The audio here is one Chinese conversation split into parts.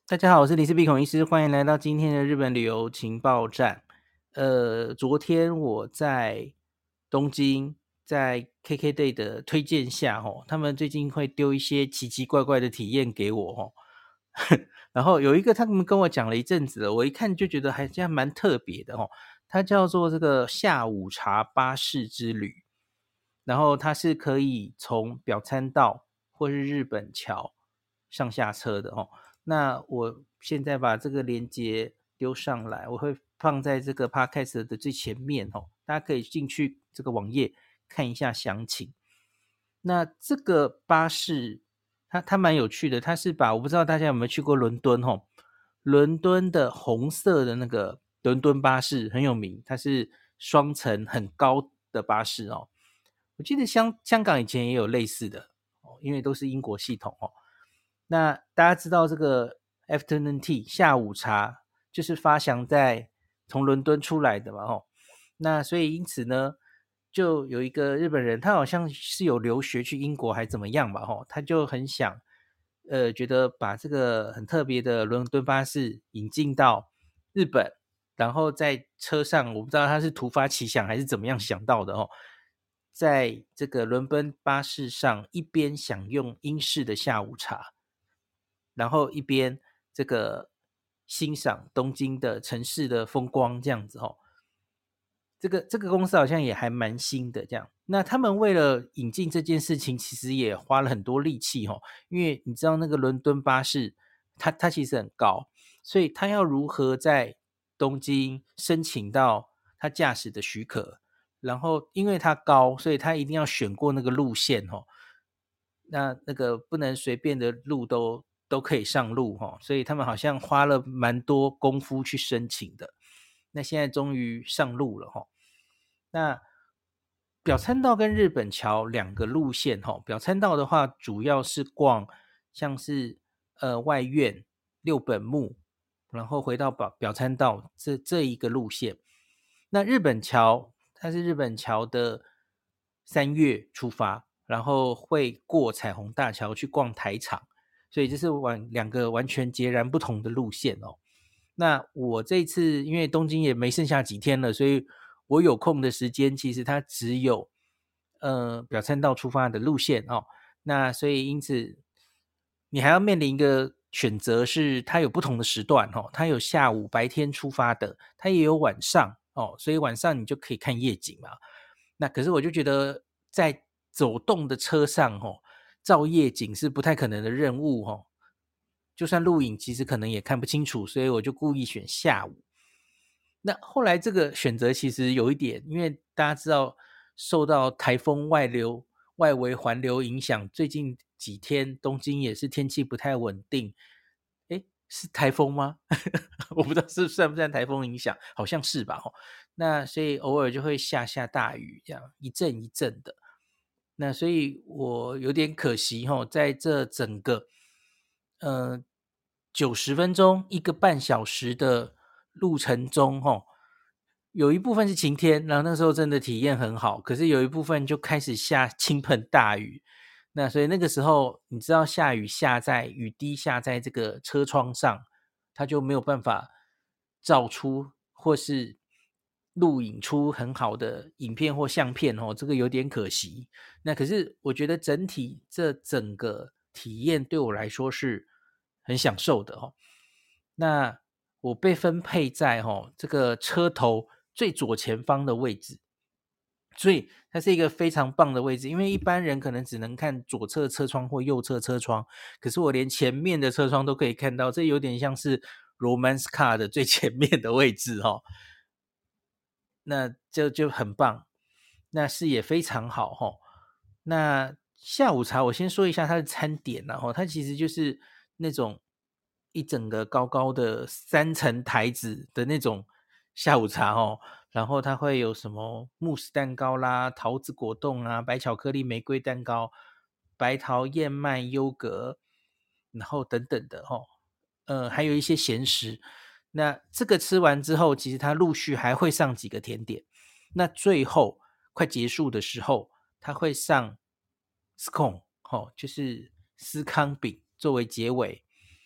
大家好，我是李斯比孔医师，欢迎来到今天的日本旅游情报站。昨天我在东京，在 KKday 的推荐下，他们最近会丢一些奇奇怪怪的体验给我，然后有一个他们跟我讲了一阵子了，我一看就觉得还这样蛮特别的它叫做这个下午茶巴士之旅，然后它是可以从表参道或是日本桥上下车的那我现在把这个连接丢上来，我会放在这个 podcast 的最前面大家可以进去这个网页看一下详情。那这个巴士它蛮有趣的，它是把我不知道大家有没有去过伦敦伦敦的红色的那个伦敦巴士很有名，它是双层很高的巴士我记得香港以前也有类似的因为都是英国系统那大家知道这个 afternoon tea 下午茶就是发祥在从伦敦出来的嘛那所以因此呢，就有一个日本人，他好像是有留学去英国还怎么样吧他就很想觉得把这个很特别的伦敦巴士引进到日本，然后在车上我不知道他是突发奇想还是怎么样想到的在这个伦敦巴士上一边享用英式的下午茶，然后一边这个欣赏东京的城市的风光这样子这个公司好像也还蛮新的这样。那他们为了引进这件事情，其实也花了很多力气因为你知道那个伦敦巴士它其实很高，所以它要如何在东京申请到它驾驶的许可，然后因为它高，所以它一定要选过那个路线那个不能随便的路都可以上路所以他们好像花了蛮多功夫去申请的。那现在终于上路了那表参道跟日本桥两个路线表参道的话主要是逛像是外苑六本木，然后回到表参道这一个路线。那日本桥它是日本桥的3月出发，然后会过彩虹大桥去逛台场，所以这是两个完全截然不同的路线那我这次因为东京也没剩下几天了，所以我有空的时间其实它只有表参道出发的路线那所以因此你还要面临一个选择，是它有不同的时段它有下午白天出发的，它也有晚上所以晚上你就可以看夜景嘛。那可是我就觉得在走动的车上照夜景是不太可能的任务就算录影其实可能也看不清楚，所以我就故意选下午。那后来这个选择其实有一点，因为大家知道受到台风外围环流影响，最近几天东京也是天气不太稳定。诶，是台风吗？我不知道算不算台风影响，好像是吧那所以偶尔就会下大雨，这样一阵一阵的。那所以我有点可惜在这整个90分钟1个半小时的路程中有一部分是晴天，然后那时候真的体验很好，可是有一部分就开始下倾盆大雨。那所以那个时候你知道下雨雨滴下在这个车窗上，它就没有办法照出或是录影出很好的影片或相片这个有点可惜。那可是我觉得整体这整个体验对我来说是很享受的那我被分配在这个车头最左前方的位置，所以它是一个非常棒的位置，因为一般人可能只能看左侧车窗或右侧车窗，可是我连前面的车窗都可以看到，这有点像是 Romance Car 的最前面的位置那就很棒，那视野非常好那下午茶我先说一下它的餐点它其实就是那种一整个高高的3层台子的那种下午茶然后它会有什么慕斯蛋糕啦、桃子果冻啊、白巧克力玫瑰蛋糕、白桃燕麦优格，然后等等的还有一些咸食。那这个吃完之后，其实它陆续还会上几个甜点。那最后快结束的时候，它会上 scone 就是司康饼作为结尾。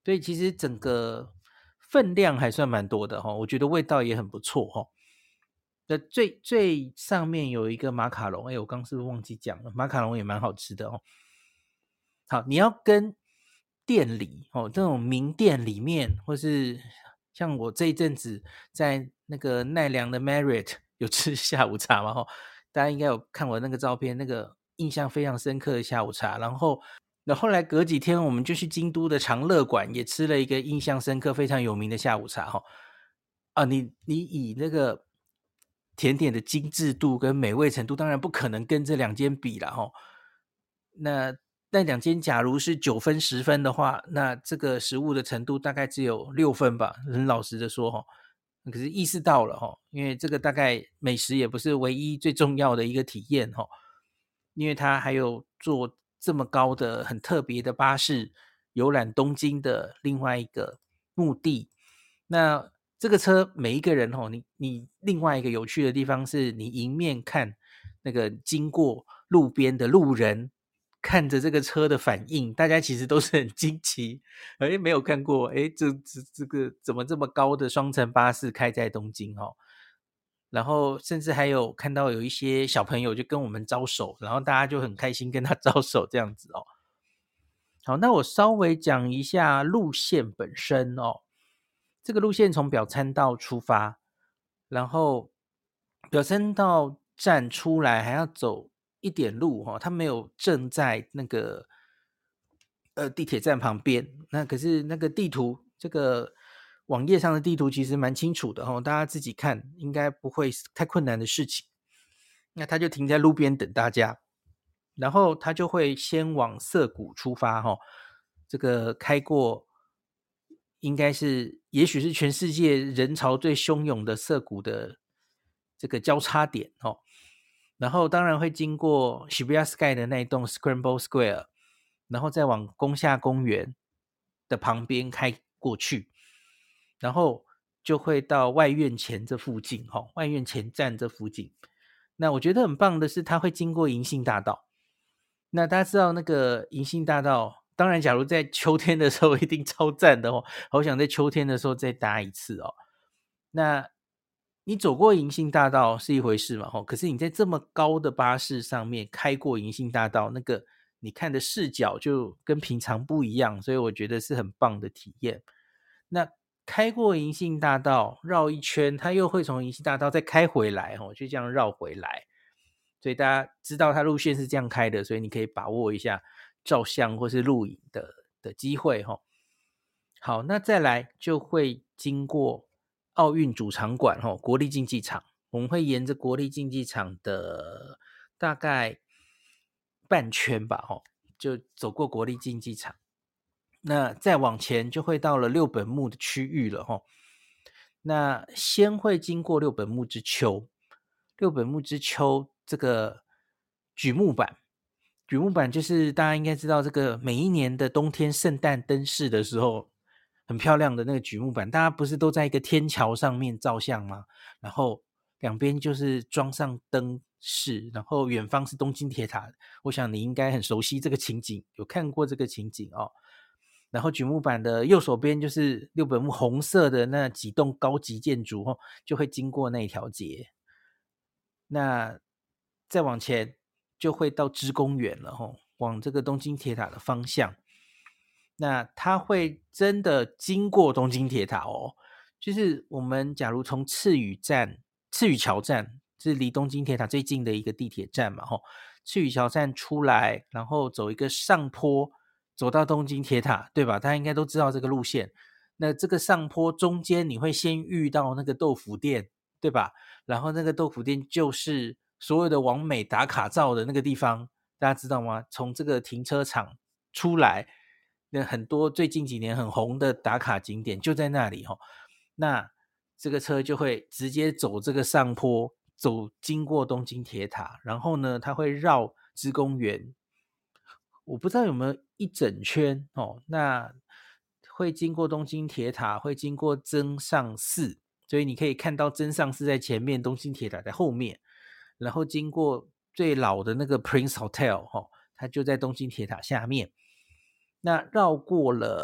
所以其实整个分量还算蛮多的我觉得味道也很不错那最上面有一个马卡龙，我刚是不是忘记讲了？马卡龙也蛮好吃的好，你要跟店里这种名店里面，或是像我这一阵子在那个奈良的 Marriott 有吃下午茶嘛大家应该有看我那个照片，那个印象非常深刻的下午茶。然后后来隔几天我们就去京都的长乐馆也吃了一个印象深刻非常有名的下午茶你以那个甜点的精致度跟美味程度，当然不可能跟这两间比啦那两间假如是9分10分的话，那这个食物的程度大概只有6分吧，很老实的说可是意识到了因为这个大概美食也不是唯一最重要的一个体验因为它还有做这么高的很特别的巴士游览东京的另外一个目的。那这个车每一个人你另外一个有趣的地方是你迎面看那个经过路边的路人看着这个车的反应，大家其实都是很惊奇，没有看过这个怎么这么高的双层巴士开在东京然后甚至还有看到有一些小朋友就跟我们招手，然后大家就很开心跟他招手这样子好，那我稍微讲一下路线本身这个路线从表参道出发，然后表参道站出来还要走一点路它没有正在那个地铁站旁边，那可是那个地图这个网页上的地图其实蛮清楚的大家自己看应该不会太困难的事情。那他就停在路边等大家，然后他就会先往涩谷出发这个开过应该是也许是全世界人潮最汹涌的涩谷的这个交叉点然后当然会经过 Shibuya Sky 的那一栋 Scramble Square， 然后再往宫下公园的旁边开过去，然后就会到外院前这附近外院前站这附近。那我觉得很棒的是它会经过银杏大道，那大家知道那个银杏大道，当然假如在秋天的时候一定超赞的好想在秋天的时候再搭一次那你走过银杏大道是一回事嘛可是你在这么高的巴士上面开过银杏大道，那个你看的视角就跟平常不一样，所以我觉得是很棒的体验。那开过银杏大道绕一圈，它又会从银杏大道再开回来就这样绕回来，所以大家知道它路线是这样开的，所以你可以把握一下照相或是录影的机会好，那再来就会经过奥运主场馆国立竞技场，我们会沿着国立竞技场的大概半圈吧就走过国立竞技场，那再往前就会到了六本木的区域了那先会经过六本木之丘，六本木之丘这个榉木板，榉木板就是大家应该知道，这个每一年的冬天圣诞灯饰的时候，很漂亮的那个榉木板，大家不是都在一个天桥上面照相吗？然后两边就是装上灯饰，然后远方是东京铁塔，我想你应该很熟悉这个情景，有看过这个情景然后榉木板的右手边就是六本木红色的那几栋高级建筑就会经过那条街。那再往前就会到芝公园了往这个东京铁塔的方向。那它会真的经过东京铁塔就是我们假如从赤羽桥站是离东京铁塔最近的一个地铁站嘛赤羽桥站出来，然后走一个上坡走到东京铁塔，对吧？大家应该都知道这个路线。那这个上坡中间你会先遇到那个豆腐店，对吧？然后那个豆腐店就是所有的网美打卡照的那个地方，大家知道吗？从这个停车场出来，那很多最近几年很红的打卡景点就在那里那这个车就会直接走这个上坡，经过东京铁塔，然后呢它会绕芝公园，我不知道有没有一整圈那会经过东京铁塔，会经过增上寺，所以你可以看到增上寺在前面，东京铁塔在后面，然后经过最老的那个 Prince Hotel 它就在东京铁塔下面。那绕过了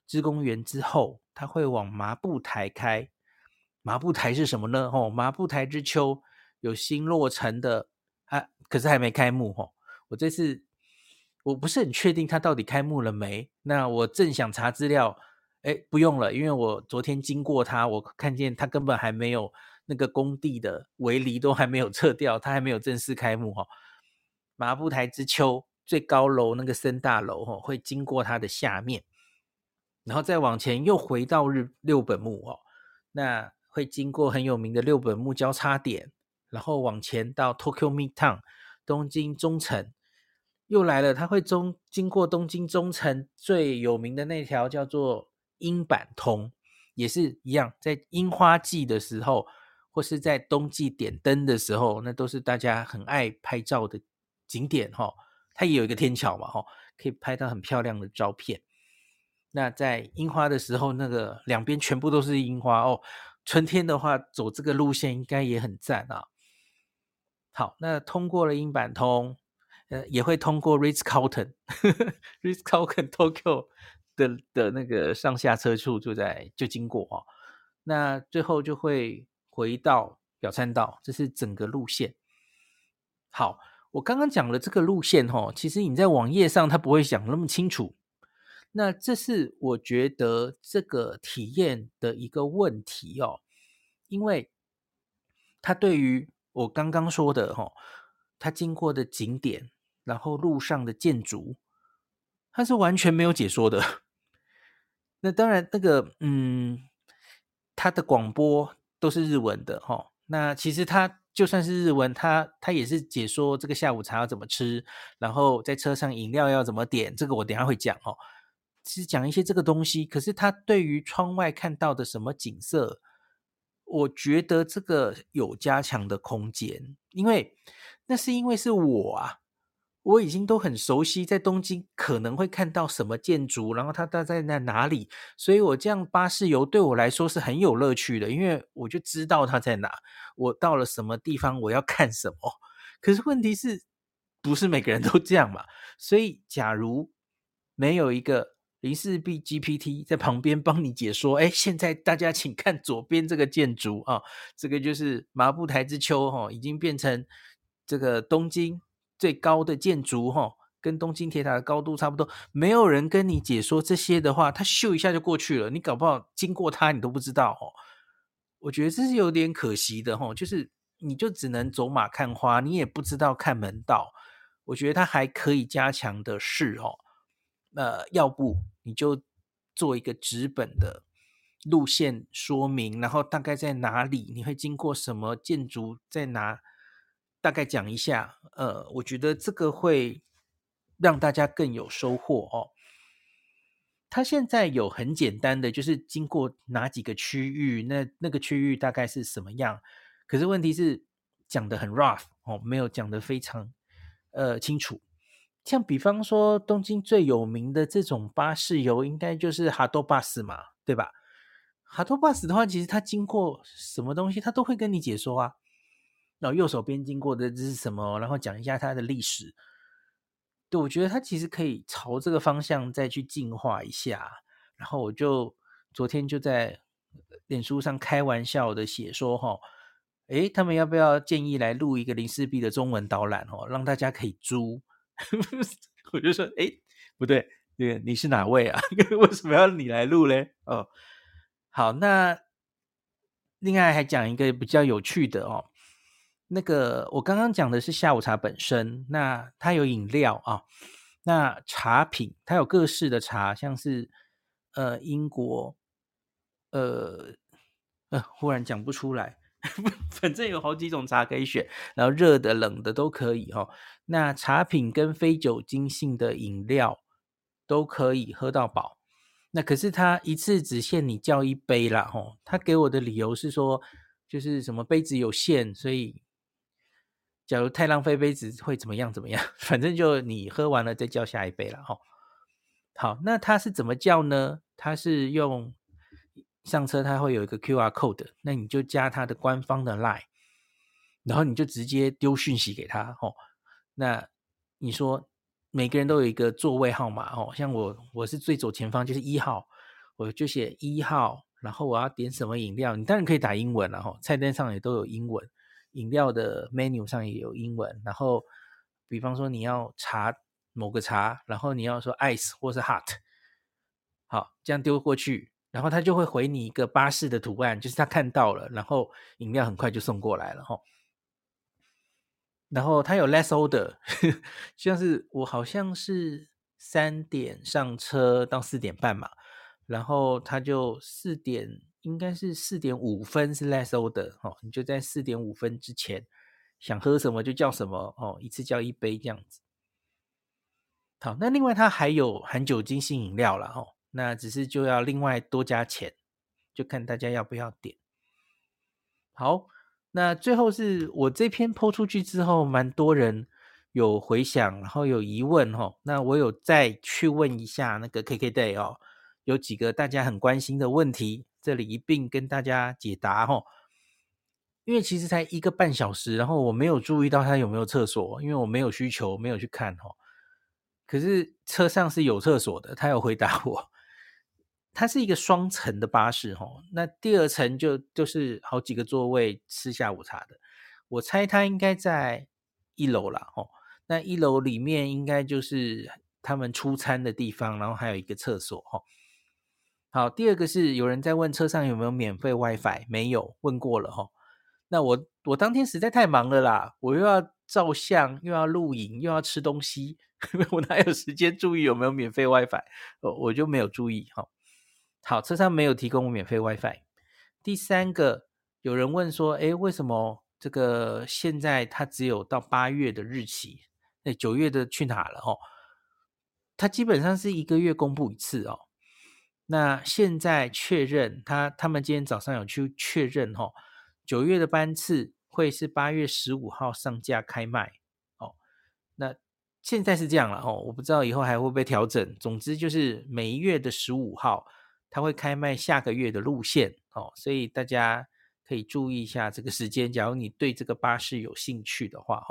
芝公园之后，它会往麻布台开。麻布台是什么呢？麻布台之秋有新落成的可是还没开幕我这次我不是很确定它到底开幕了没。那我正想查资料，不用了，因为我昨天经过它，我看见它根本还没有那个工地的围篱都还没有撤掉，它还没有正式开幕麻布台之秋最高楼那个森大楼会经过它的下面，然后再往前又回到六本木那会经过很有名的六本木交叉点，然后往前到 Tokyo Midtown 东京中城，又来了，它会经过东京中城最有名的那条叫做樱坂通，也是一样，在樱花季的时候或是在冬季点灯的时候，那都是大家很爱拍照的景点它也有一个天桥嘛可以拍到很漂亮的照片。那在樱花的时候，那个两边全部都是樱花春天的话走这个路线应该也很赞啊。好，那通过了樱坂通也会通过 Ritz-Carlton Ritz-Carlton Tokyo 的那个上下车处就经过那最后就会回到表参道，这是整个路线。好，我刚刚讲了这个路线其实你在网页上它不会讲那么清楚，那这是我觉得这个体验的一个问题因为它对于我刚刚说的它经过的景点，然后路上的建筑，它是完全没有解说的。那当然那个它的广播都是日文的那其实它就算是日文，它也是解说这个下午茶要怎么吃，然后在车上饮料要怎么点，这个我等一下会讲是讲一些这个东西。可是它对于窗外看到的什么景色，我觉得这个有加强的空间，因为是我已经都很熟悉在东京可能会看到什么建筑，然后它在哪里，所以我这样巴士游对我来说是很有乐趣的，因为我就知道它在哪，我到了什么地方我要看什么。可是问题是不是每个人都这样嘛？所以假如没有一个林氏璧 GPT 在旁边帮你解说，现在大家请看左边这个建筑这个就是麻布台之丘已经变成这个东京最高的建筑跟东京铁塔的高度差不多，没有人跟你解说这些的话，他咻一下就过去了，你搞不好经过他你都不知道我觉得这是有点可惜的就是你就只能走马看花，你也不知道看门道。我觉得它还可以加强的是要不你就做一个纸本的路线说明，然后大概在哪里，你会经过什么建筑，在哪大概讲一下我觉得这个会让大家更有收获它现在有很简单的，就是经过哪几个区域，那个区域大概是什么样。可是问题是讲的很 rough 没有讲的非常清楚。像比方说东京最有名的这种巴士游，应该就是哈多巴士嘛，对吧？哈多巴士的话，其实它经过什么东西，它都会跟你解说啊。然后右手边经过的这是什么，然后讲一下它的历史。对，我觉得它其实可以朝这个方向再去进化一下。然后我就昨天就在脸书上开玩笑的写说他们要不要建议来录一个林氏璧的中文导览让大家可以租。我就说不对，你是哪位啊？为什么要你来录嘞？好，那另外还讲一个比较有趣的那个我刚刚讲的是下午茶本身，那它有饮料那茶品它有各式的茶，像是英国忽然讲不出来反正有好几种茶可以选，然后热的冷的都可以那茶品跟非酒精性的饮料都可以喝到饱。那可是他一次只限你叫一杯啦他给我的理由是说就是什么杯子有限，所以假如太浪费杯子会怎么样反正就你喝完了再叫下一杯啦好，那他是怎么叫呢？他是用上车他会有一个 QR code， 那你就加他的官方的 LINE， 然后你就直接丢讯息给他那你说每个人都有一个座位号码像我是最左前方就是1号， 我就写1号，然后我要点什么饮料，你当然可以打英文啦，菜单上也都有英文，饮料的 menu 上也有英文，然后比方说你要茶某个茶，然后你要说 ice 或是 hot， 好，这样丢过去，然后他就会回你一个巴士的图案，就是他看到了，然后饮料很快就送过来了齁。然后他有 less order， 像是我好像是3点上车到4点半嘛，然后他就应该是4点5分是 less order，你就在4点5分之前想喝什么就叫什么，一次叫1杯这样子。好，那另外它还有含酒精性饮料啦，那只是就要另外多加钱，就看大家要不要点。好，那最后是我这篇po出去之后，蛮多人有回响，然后有疑问那我有再去问一下那个 KKday 有几个大家很关心的问题，这里一并跟大家解答因为其实才1个半小时，然后我没有注意到它有没有厕所，因为我没有需求，没有去看可是车上是有厕所的，他有回答我。它是一个双层的巴士那第2层就是好几个座位吃下午茶的，我猜它应该在1楼啦那1楼里面应该就是他们出餐的地方，然后还有一个厕所好，第2个是有人在问车上有没有免费 WiFi， 没有，问过了那我当天实在太忙了啦，我又要照相，又要录影，又要吃东西，我哪有时间注意有没有免费 WiFi， 我就没有注意好，车上没有提供免费 WiFi。第3个，有人问说，为什么这个现在它只有到8月的日期，9月的去哪了它基本上是1个月公布一次那现在确认，他们今天早上有去确认9月的班次会是8月15号上架开卖那现在是这样了我不知道以后还会不会调整。总之就是每一月的15号，它会开卖下个月的路线所以大家可以注意一下这个时间，假如你对这个巴士有兴趣的话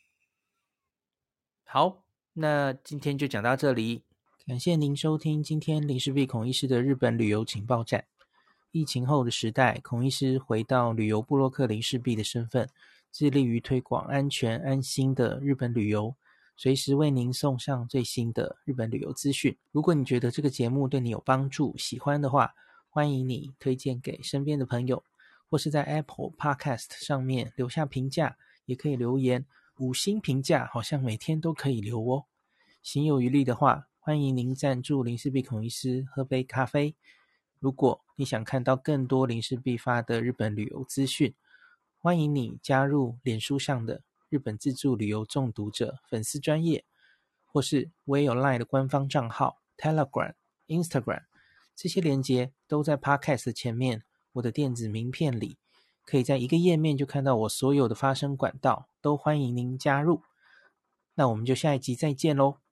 好，那今天就讲到这里，感谢您收听今天林氏璧孔医师的日本旅游情报站。疫情后的时代，孔医师回到旅游部落客林氏璧的身份，致力于推广安全安心的日本旅游，随时为您送上最新的日本旅游资讯。如果你觉得这个节目对你有帮助，喜欢的话，欢迎你推荐给身边的朋友，或是在 Apple Podcast 上面留下评价，也可以留言，5星评价好像每天都可以留哦。行有余力的话，欢迎您赞助林氏璧孔医师喝杯咖啡。如果你想看到更多林氏璧发的日本旅游资讯，欢迎你加入脸书上的日本自助旅游中毒者粉丝专页，或是我也有 LINE 的官方账号 Telegram、Instagram， 这些连结都在 Podcast 前面我的电子名片里，可以在一个页面就看到我所有的发声管道，都欢迎您加入。那我们就下一集再见咯。